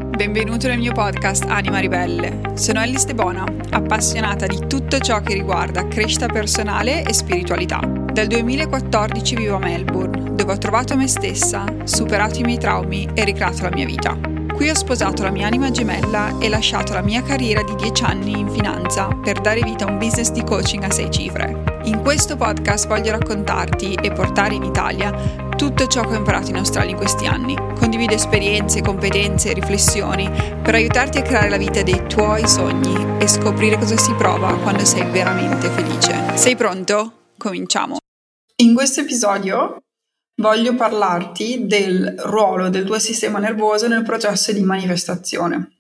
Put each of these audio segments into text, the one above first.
Benvenuto nel mio podcast Anima Ribelle. Sono Ellie Stebona, appassionata di tutto ciò che riguarda crescita personale e spiritualità. Dal 2014 vivo a Melbourne, dove ho trovato me stessa, superato i miei traumi e ricreato la mia vita. Qui ho sposato la mia anima gemella e lasciato la mia carriera di 10 anni in finanza per dare vita a un business di coaching a 6 cifre. In questo podcast voglio raccontarti e portare in Italia tutto ciò che ho imparato in Australia in questi anni. Condivido esperienze, competenze e riflessioni per aiutarti a creare la vita dei tuoi sogni e scoprire cosa si prova quando sei veramente felice. Sei pronto? Cominciamo! In questo episodio voglio parlarti del ruolo del tuo sistema nervoso nel processo di manifestazione.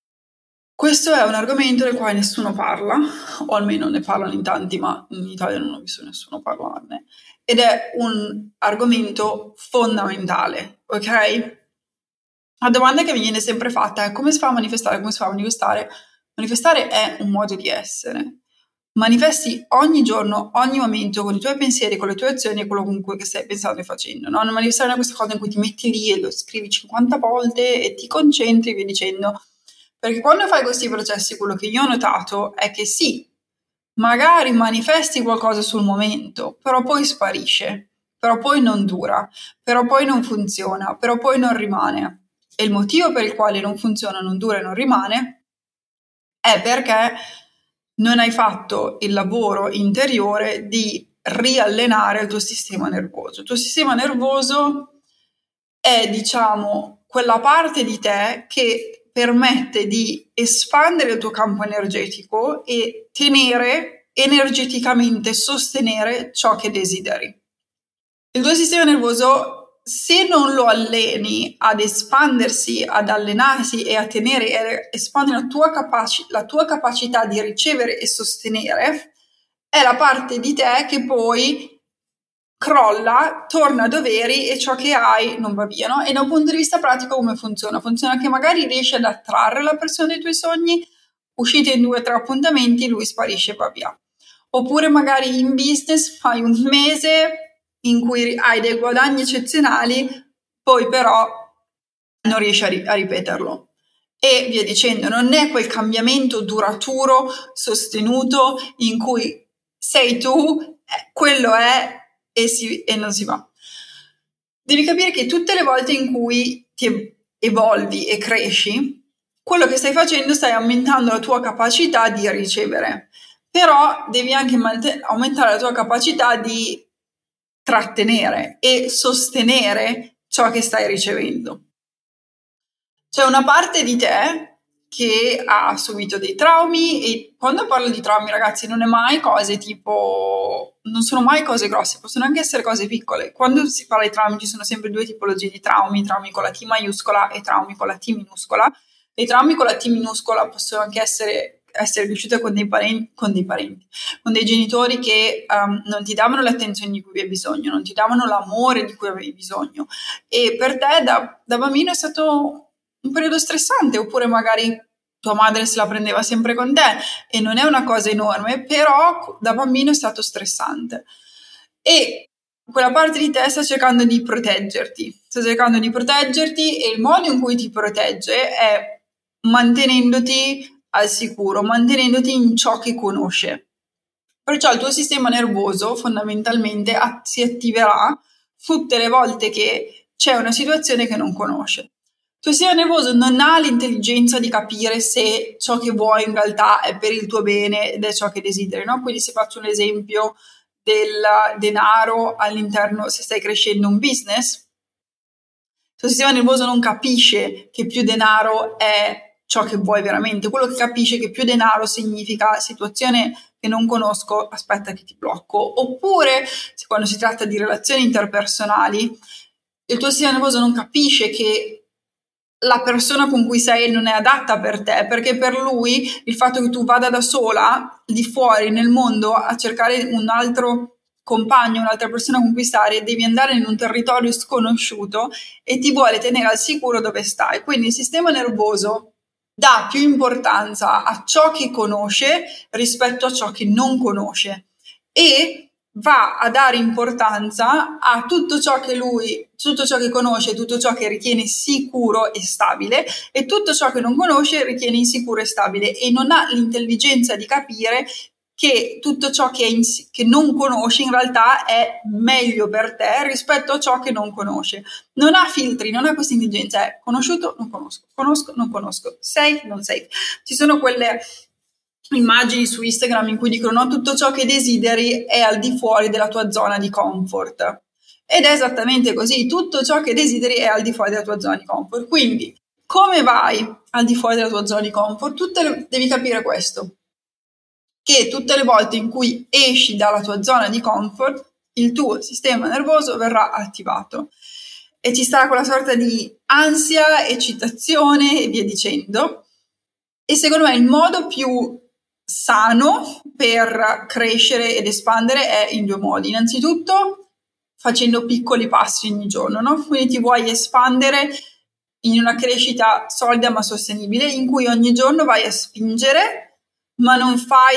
Questo è un argomento del quale nessuno parla, o almeno ne parlano in tanti, ma in Italia non ho visto nessuno parlarne. Ed è un argomento fondamentale, ok? La domanda che mi viene sempre fatta è: come si fa a manifestare? Come si fa a manifestare? Manifestare è un modo di essere. Manifesti ogni giorno, ogni momento, con i tuoi pensieri, con le tue azioni e quello comunque che stai pensando e facendo. No? Non manifestare è questa cosa in cui ti metti lì e lo scrivi 50 volte e ti concentri e via dicendo. Perché quando fai questi processi, quello che io ho notato è che sì, magari manifesti qualcosa sul momento, però poi sparisce, però poi non dura, però poi non funziona, però poi non rimane. E il motivo per il quale non funziona, non dura e non rimane è perché non hai fatto il lavoro interiore di riallenare il tuo sistema nervoso. Il tuo sistema nervoso è, diciamo, quella parte di te che permette di espandere il tuo campo energetico e tenere energeticamente, sostenere ciò che desideri. Il tuo sistema nervoso, se non lo alleni ad espandersi, ad allenarsi e a tenere e espandere la tua capacità di ricevere e sostenere, è la parte di te che poi crolla, torna a doveri e ciò che hai non va via, no? E da un punto di vista pratico come funziona? Funziona che magari riesci ad attrarre la persona dei tuoi sogni, uscite in 2 o 3 appuntamenti, lui sparisce e va via. Oppure magari in business fai un mese in cui hai dei guadagni eccezionali, poi però non riesci a ripeterlo. E via dicendo, non è quel cambiamento duraturo, sostenuto, in cui sei tu, quello è e non si va. Devi capire che tutte le volte in cui ti evolvi e cresci, quello che stai facendo, stai aumentando la tua capacità di ricevere, però devi anche aumentare la tua capacità di trattenere e sostenere ciò che stai ricevendo. C'è una parte di te che ha subito dei traumi, e quando parlo di traumi, ragazzi, non è mai cose tipo, non sono mai cose grosse, possono anche essere cose piccole. Quando si parla di traumi ci sono sempre 2 tipologie di traumi con la T maiuscola e traumi con la T minuscola. I traumi con la T minuscola possono anche essere cresciute con dei parenti, con dei genitori che non ti davano l'attenzione di cui avevi bisogno, non ti davano l'amore di cui avevi bisogno, e per te da bambino è stato un periodo stressante, oppure magari tua madre se la prendeva sempre con te e non è una cosa enorme, però da bambino è stato stressante e quella parte di te sta cercando di proteggerti e il modo in cui ti protegge è mantenendoti al sicuro, mantenendoti in ciò che conosce. Perciò il tuo sistema nervoso fondamentalmente si attiverà tutte le volte che c'è una situazione che non conosce. Il tuo sistema nervoso non ha l'intelligenza di capire se ciò che vuoi in realtà è per il tuo bene ed è ciò che desideri, no? Quindi se faccio un esempio del denaro all'interno, se stai crescendo un business, il tuo sistema nervoso non capisce che più denaro è ciò che vuoi veramente. Quello che capisce che più denaro significa situazione che non conosco, aspetta che ti blocco. Oppure, quando si tratta di relazioni interpersonali, il tuo sistema nervoso non capisce che la persona con cui sei non è adatta per te, perché per lui il fatto che tu vada da sola di fuori nel mondo a cercare un altro compagno, un'altra persona con cui stare, devi andare in un territorio sconosciuto e ti vuole tenere al sicuro dove stai. Quindi il sistema nervoso dà più importanza a ciò che conosce rispetto a ciò che non conosce, e va a dare importanza a tutto ciò che conosce, tutto ciò che ritiene sicuro e stabile, e tutto ciò che non conosce ritiene insicuro e stabile, e non ha l'intelligenza di capire che tutto ciò che non conosci in realtà è meglio per te rispetto a ciò che non conosce. Non ha filtri, non ha questa intelligenza, è conosciuto, non conosco, conosco, non conosco, safe, non safe. Ci sono quelle immagini su Instagram in cui dicono: no, tutto ciò che desideri è al di fuori della tua zona di comfort. Ed è esattamente così, tutto ciò che desideri è al di fuori della tua zona di comfort. Quindi, come vai al di fuori della tua zona di comfort? Devi capire questo, che tutte le volte in cui esci dalla tua zona di comfort, il tuo sistema nervoso verrà attivato e ci sarà quella sorta di ansia, eccitazione e via dicendo. E secondo me il modo più sano per crescere ed espandere è in due modi. Innanzitutto facendo piccoli passi ogni giorno, no? Quindi ti vuoi espandere in una crescita solida ma sostenibile, in cui ogni giorno vai a spingere, ma non fai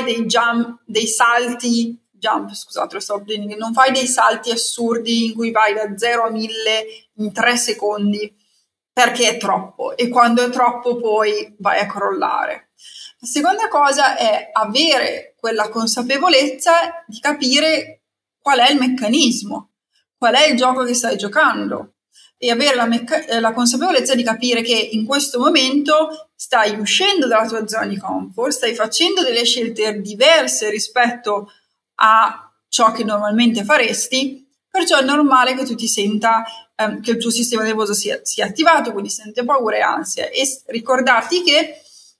non fai dei salti assurdi in cui vai da 0 a 1000 in 3 secondi, perché è troppo, e quando è troppo poi vai a crollare. La seconda cosa è avere quella consapevolezza di capire qual è il meccanismo, qual è il gioco che stai giocando, e avere la consapevolezza di capire che in questo momento stai uscendo dalla tua zona di comfort, stai facendo delle scelte diverse rispetto a ciò che normalmente faresti, perciò è normale che tu ti senta che il tuo sistema nervoso sia attivato, quindi sente paura e ansia, e ricordarti che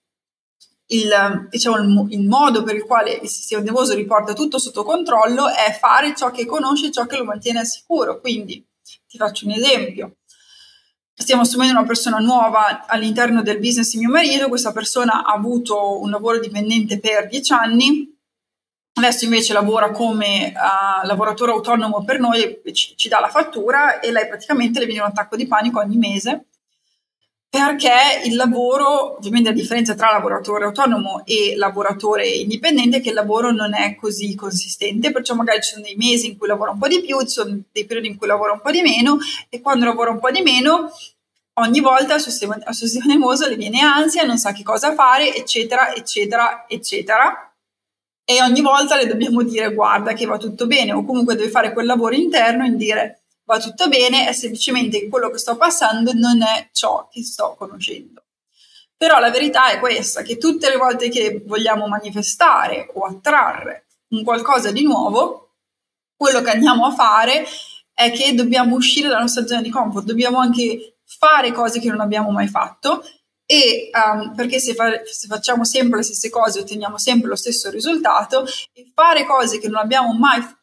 il modo per il quale il sistema nervoso riporta tutto sotto controllo è fare ciò che conosce, ciò che lo mantiene al sicuro. Quindi ti faccio un esempio: stiamo assumendo una persona nuova all'interno del business di mio marito. Questa persona ha avuto un lavoro dipendente per 10 anni, adesso invece lavora come lavoratore autonomo per noi, ci dà la fattura, e lei praticamente le viene un attacco di panico ogni mese, perché il lavoro, ovviamente la differenza tra lavoratore autonomo e lavoratore indipendente è che il lavoro non è così consistente, perciò magari ci sono dei mesi in cui lavora un po' di più, ci sono dei periodi in cui lavora un po' di meno, e quando lavora un po' di meno ogni volta al suo sistema nervoso le viene ansia, non sa che cosa fare, eccetera, eccetera, eccetera. E ogni volta le dobbiamo dire: guarda che va tutto bene, o comunque deve fare quel lavoro interno in dire: va tutto bene, è semplicemente che quello che sto passando non è ciò che sto conoscendo. Però la verità è questa, che tutte le volte che vogliamo manifestare o attrarre un qualcosa di nuovo, quello che andiamo a fare è che dobbiamo uscire dalla nostra zona di comfort, dobbiamo anche fare cose che non abbiamo mai fatto, e perché se facciamo sempre le stesse cose otteniamo sempre lo stesso risultato, e fare cose che non abbiamo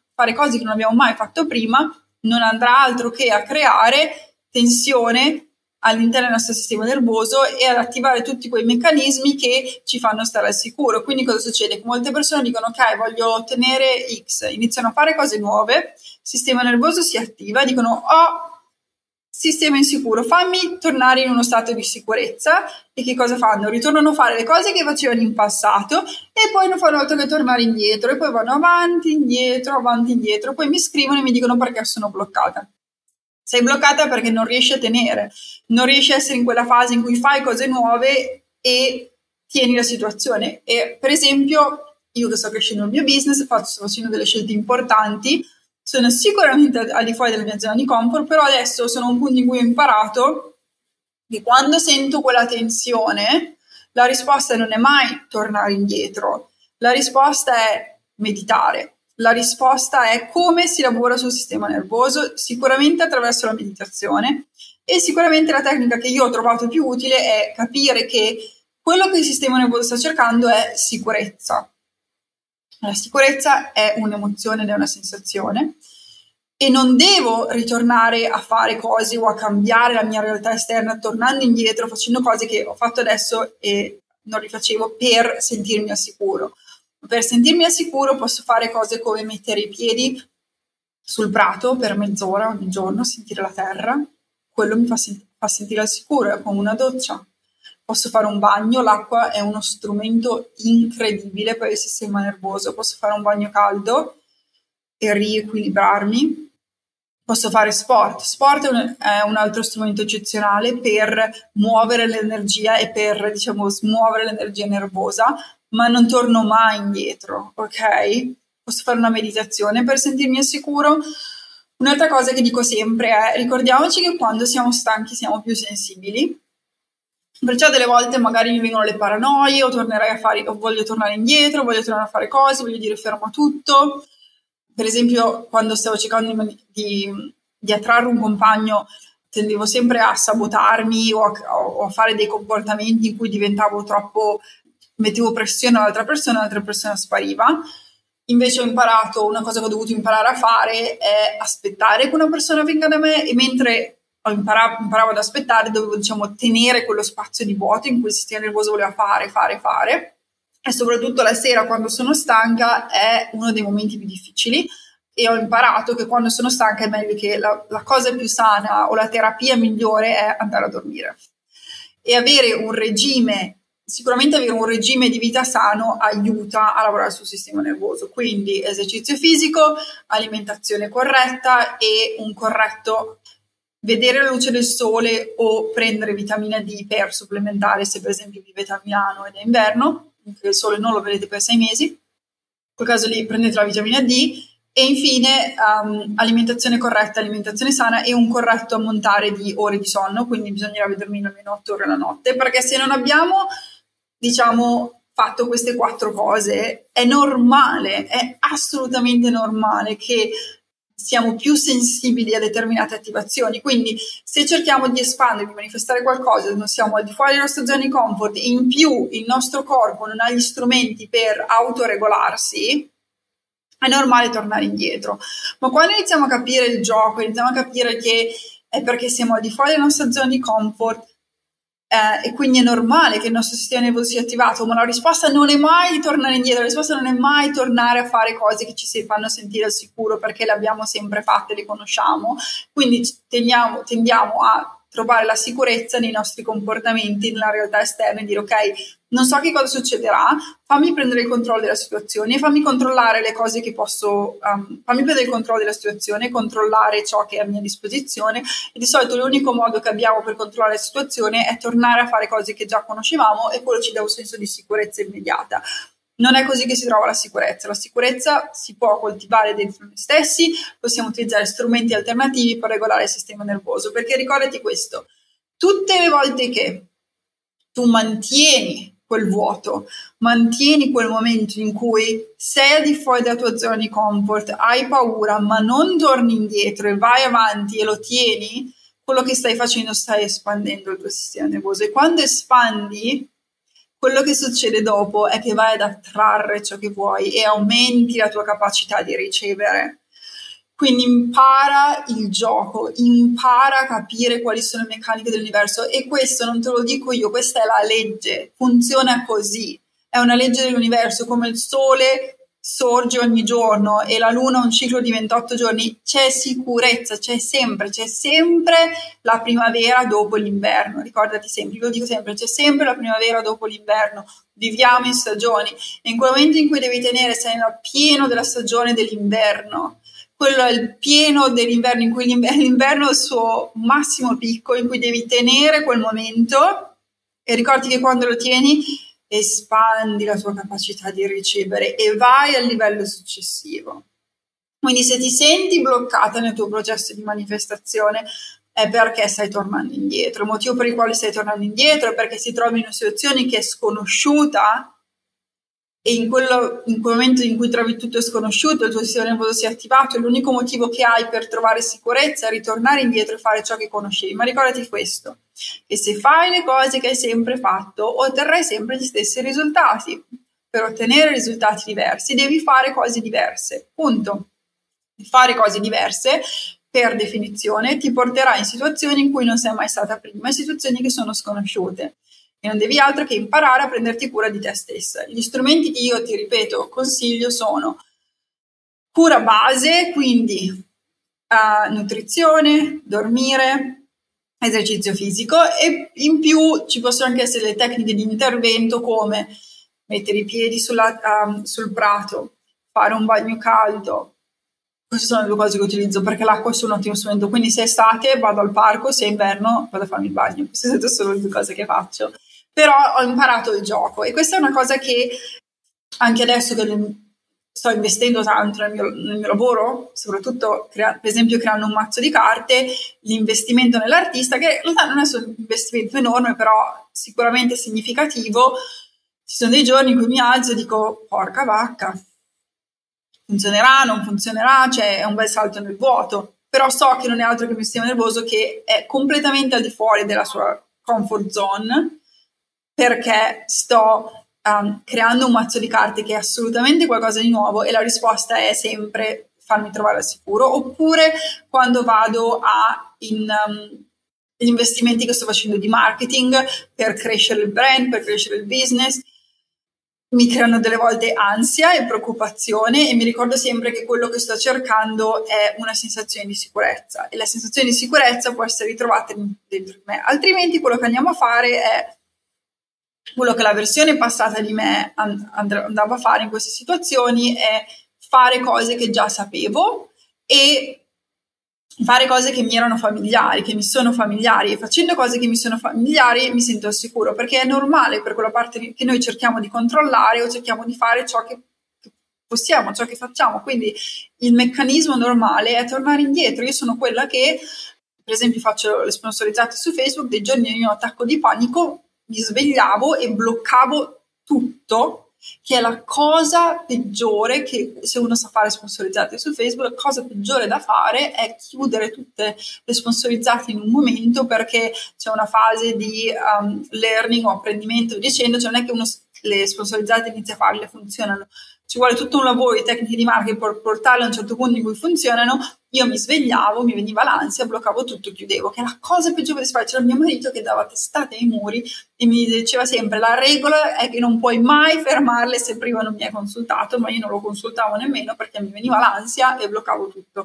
mai fatto prima non andrà altro che a creare tensione all'interno del nostro sistema nervoso e ad attivare tutti quei meccanismi che ci fanno stare al sicuro. Quindi cosa succede? Che molte persone dicono: ok, voglio ottenere X, iniziano a fare cose nuove, il sistema nervoso si attiva, dicono: oh, sistema insicuro, fammi tornare in uno stato di sicurezza. E che cosa fanno? Ritornano a fare le cose che facevano in passato, e poi non fanno altro che tornare indietro, e poi vanno avanti, indietro, poi mi scrivono e mi dicono: perché sono bloccata. Sei bloccata perché non riesci a tenere, non riesci a essere in quella fase in cui fai cose nuove e tieni la situazione. E per esempio, io che sto crescendo il mio business, sto facendo delle scelte importanti, sono sicuramente al di fuori della mia zona di comfort, però adesso sono a un punto in cui ho imparato che quando sento quella tensione, la risposta non è mai tornare indietro, la risposta è meditare, la risposta è come si lavora sul sistema nervoso, sicuramente attraverso la meditazione, e sicuramente la tecnica che io ho trovato più utile è capire che quello che il sistema nervoso sta cercando è sicurezza. La sicurezza è un'emozione ed è una sensazione, e non devo ritornare a fare cose o a cambiare la mia realtà esterna tornando indietro, facendo cose che ho fatto adesso e non rifacevo, per sentirmi al sicuro. Per sentirmi al sicuro posso fare cose come mettere i piedi sul prato per mezz'ora ogni giorno, sentire la terra, quello mi fa sentire al sicuro. È come una doccia. Posso fare un bagno, l'acqua è uno strumento incredibile per il sistema nervoso. Posso fare un bagno caldo e riequilibrarmi. Posso fare sport. Sport è un altro strumento eccezionale per muovere l'energia e per, diciamo, smuovere l'energia nervosa, ma non torno mai indietro, ok? Posso fare una meditazione per sentirmi al sicuro. Un'altra cosa che dico sempre è: ricordiamoci che quando siamo stanchi siamo più sensibili, perciò delle volte magari mi vengono le paranoie, o voglio tornare indietro, voglio tornare a fare cose, voglio dire fermo tutto. Per esempio, quando stavo cercando di attrarre un compagno, tendevo sempre a sabotarmi o a fare dei comportamenti in cui diventavo troppo, mettevo pressione all'altra persona, l'altra persona spariva. Invece ho imparato, una cosa che ho dovuto imparare a fare è aspettare che una persona venga da me, e mentre imparavo ad aspettare, dovevo, diciamo, tenere quello spazio di vuoto in cui il sistema nervoso voleva fare. E soprattutto la sera, quando sono stanca, è uno dei momenti più difficili, e ho imparato che quando sono stanca è meglio che la cosa più sana o la terapia migliore è andare a dormire. E sicuramente avere un regime di vita sano aiuta a lavorare sul sistema nervoso, quindi esercizio fisico, alimentazione corretta e un corretto vedere la luce del sole o prendere vitamina D per supplementare, se per esempio vivete a Milano ed è inverno, il sole non lo vedete per 6 mesi, in quel caso lì prendete la vitamina D. E infine alimentazione corretta, alimentazione sana e un corretto ammontare di ore di sonno, quindi bisognerebbe dormire almeno 8 ore la notte, perché se non abbiamo, diciamo, fatto queste 4 cose, è normale, è assolutamente normale che siamo più sensibili a determinate attivazioni. Quindi se cerchiamo di espandere, di manifestare qualcosa, non siamo al di fuori della nostra zona di comfort, in più il nostro corpo non ha gli strumenti per autoregolarsi, è normale tornare indietro. Ma quando iniziamo a capire il gioco, iniziamo a capire che è perché siamo al di fuori della nostra zona di comfort, e quindi è normale che il nostro sistema nervoso sia attivato, ma la risposta non è mai tornare indietro, la risposta non è mai tornare a fare cose che ci fanno sentire al sicuro, perché le abbiamo sempre fatte, le conosciamo. Quindi tendiamo a trovare la sicurezza nei nostri comportamenti, nella realtà esterna, e dire: ok, non so che cosa succederà, fammi prendere il controllo della situazione, fammi controllare le cose che posso, fammi prendere il controllo della situazione, controllare ciò che è a mia disposizione. E di solito l'unico modo che abbiamo per controllare la situazione è tornare a fare cose che già conoscevamo, e quello ci dà un senso di sicurezza immediata. Non è così che si trova la sicurezza. La sicurezza si può coltivare dentro noi stessi, possiamo utilizzare strumenti alternativi per regolare il sistema nervoso, perché ricordati questo: tutte le volte che tu mantieni quel vuoto, mantieni quel momento in cui sei al di fuori della tua zona di comfort, hai paura, ma non torni indietro e vai avanti e lo tieni, quello che stai facendo, stai espandendo il tuo sistema nervoso. E quando espandi, quello che succede dopo è che vai ad attrarre ciò che vuoi e aumenti la tua capacità di ricevere. Quindi impara il gioco, impara a capire quali sono le meccaniche dell'universo, e questo non te lo dico io, questa è la legge, funziona così, è una legge dell'universo. Come il sole sorge ogni giorno e la luna ha un ciclo di 28 giorni, c'è sicurezza, c'è sempre la primavera dopo l'inverno. Ricordati sempre, io lo dico sempre, c'è sempre la primavera dopo l'inverno, viviamo in stagioni, e in quel momento in cui devi tenere, sei nel pieno della stagione dell'inverno, quello è il pieno dell'inverno, in cui l'inverno è il suo massimo picco, in cui devi tenere quel momento, e ricordi che quando lo tieni espandi la tua capacità di ricevere e vai al livello successivo. Quindi se ti senti bloccata nel tuo processo di manifestazione è perché stai tornando indietro. Il motivo per il quale stai tornando indietro è perché si trovi in una situazione che è sconosciuta, e in quel momento in cui trovi tutto sconosciuto, il tuo sistema nervoso si è attivato, e l'unico motivo che hai per trovare sicurezza è ritornare indietro e fare ciò che conoscevi. Ma ricordati questo, che se fai le cose che hai sempre fatto, otterrai sempre gli stessi risultati. Per ottenere risultati diversi devi fare cose diverse, punto. Fare cose diverse, per definizione, ti porterà in situazioni in cui non sei mai stata prima, in situazioni che sono sconosciute. E non devi altro che imparare a prenderti cura di te stessa. Gli strumenti che io, ti ripeto, consiglio sono cura base, quindi nutrizione, dormire, esercizio fisico, e in più ci possono anche essere le tecniche di intervento, come mettere i piedi sul prato, fare un bagno caldo, queste sono le due cose che utilizzo, perché l'acqua è un ottimo strumento, quindi se è estate vado al parco, se è inverno vado a farmi il bagno. Queste sono le due cose che faccio. Però ho imparato il gioco e questa è una cosa che anche adesso che sto investendo tanto nel mio lavoro, soprattutto per esempio creando un mazzo di carte, l'investimento nell'artista, che in realtà non è un investimento enorme, però sicuramente significativo. Ci sono dei giorni in cui mi alzo e dico porca vacca, funzionerà, non funzionerà, cioè è un bel salto nel vuoto, però so che non è altro che il mio sistema nervoso che è completamente al di fuori della sua comfort zone, perché sto creando un mazzo di carte che è assolutamente qualcosa di nuovo e la risposta è sempre farmi trovare al sicuro, oppure quando vado gli investimenti che sto facendo di marketing per crescere il brand, per crescere il business, mi creano delle volte ansia e preoccupazione e mi ricordo sempre che quello che sto cercando è una sensazione di sicurezza e la sensazione di sicurezza può essere ritrovata dentro di me, altrimenti quello che andiamo a fare è quello che la versione passata di me andava a fare in queste situazioni, è fare cose che già sapevo e fare cose che mi erano familiari, che mi sono familiari, e facendo cose che mi sono familiari mi sento al sicuro, perché è normale per quella parte che noi cerchiamo di controllare o cerchiamo di fare ciò che possiamo, ciò che facciamo, quindi il meccanismo normale è tornare indietro. Io sono quella che, per esempio, faccio le sponsorizzate su Facebook, dei giorni di un attacco di panico mi svegliavo e bloccavo tutto, che è la cosa peggiore che, se uno sa fare sponsorizzate su Facebook, la cosa peggiore da fare è chiudere tutte le sponsorizzate in un momento, perché c'è una fase di learning o apprendimento dicendo, cioè non è che uno le sponsorizzate inizia a farle, funzionano, ci vuole tutto un lavoro di tecniche di marketing per portarle a un certo punto in cui funzionano. Io mi svegliavo, mi veniva l'ansia, bloccavo tutto, chiudevo, che è la cosa peggiore da fare. C'era mio marito che dava testate ai muri e mi diceva sempre: la regola è che non puoi mai fermarle se prima non mi hai consultato, ma io non lo consultavo nemmeno perché mi veniva l'ansia e bloccavo tutto.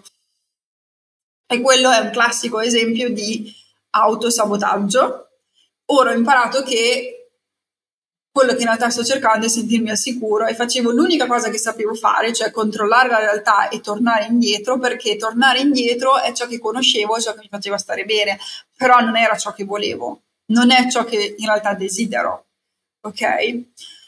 E quello è un classico esempio di autosabotaggio. Ora ho imparato che quello che in realtà sto cercando è sentirmi al sicuro e facevo l'unica cosa che sapevo fare, cioè controllare la realtà e tornare indietro, perché tornare indietro è ciò che conoscevo, ciò che mi faceva stare bene, però non era ciò che volevo, non è ciò che in realtà desidero, ok?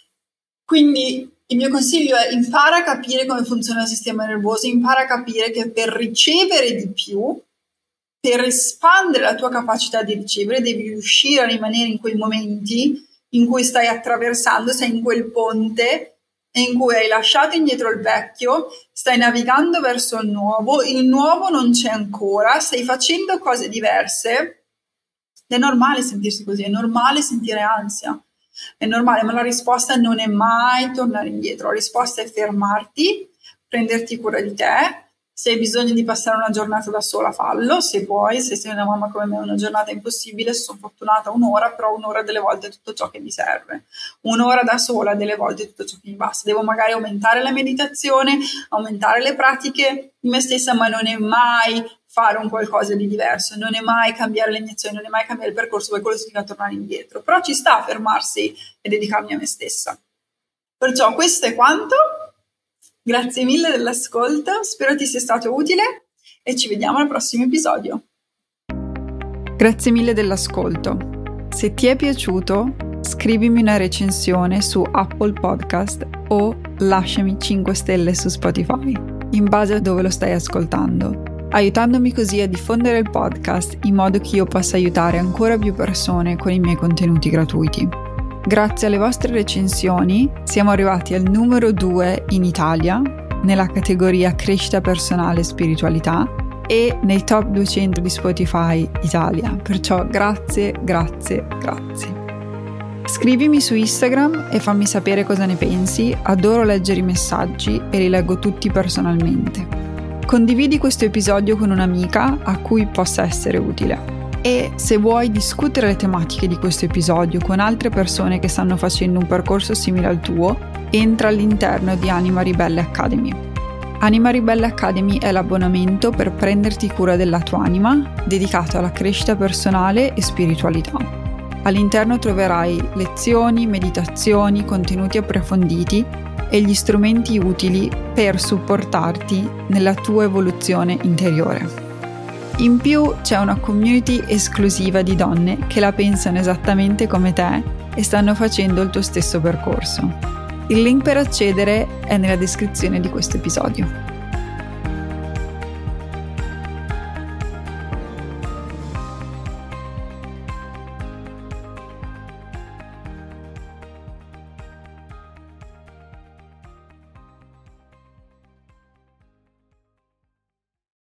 Quindi il mio consiglio è: impara a capire come funziona il sistema nervoso, impara a capire che per ricevere di più, per espandere la tua capacità di ricevere, devi riuscire a rimanere in quei momenti in cui stai attraversando, sei in quel ponte in cui hai lasciato indietro il vecchio, stai navigando verso il nuovo non c'è ancora, stai facendo cose diverse. È normale sentirsi così, è normale sentire ansia, è normale, ma la risposta non è mai tornare indietro, la risposta è fermarti, prenderti cura di te. Se hai bisogno di passare una giornata da sola, fallo, se puoi. Se sei una mamma come me, una giornata è impossibile, se sono fortunata un'ora, però un'ora delle volte è tutto ciò che mi serve. Un'ora da sola delle volte è tutto ciò che mi basta. Devo magari aumentare la meditazione, aumentare le pratiche di me stessa, ma non è mai fare un qualcosa di diverso, non è mai cambiare le iniezioni, non è mai cambiare il percorso, perché quello significa tornare indietro. Però ci sta a fermarsi e dedicarmi a me stessa. Perciò questo è quanto. Grazie mille dell'ascolto, spero ti sia stato utile e ci vediamo al prossimo episodio. Grazie mille dell'ascolto. Se ti è piaciuto, scrivimi una recensione su Apple Podcast o lasciami 5 stelle su Spotify, in base a dove lo stai ascoltando, aiutandomi così a diffondere il podcast in modo che io possa aiutare ancora più persone con i miei contenuti gratuiti. Grazie alle vostre recensioni siamo arrivati al numero 2 in Italia nella categoria crescita personale e spiritualità e nei top 200 di Spotify Italia, perciò grazie. Scrivimi su Instagram e fammi sapere cosa ne pensi, adoro leggere i messaggi e li leggo tutti personalmente. Condividi questo episodio con un'amica a cui possa essere utile. E se vuoi discutere le tematiche di questo episodio con altre persone che stanno facendo un percorso simile al tuo, entra all'interno di Anima Ribelle Academy. Anima Ribelle Academy è l'abbonamento per prenderti cura della tua anima, dedicato alla crescita personale e spiritualità. All'interno troverai lezioni, meditazioni, contenuti approfonditi e gli strumenti utili per supportarti nella tua evoluzione interiore. In più c'è una community esclusiva di donne che la pensano esattamente come te e stanno facendo il tuo stesso percorso. Il link per accedere è nella descrizione di questo episodio.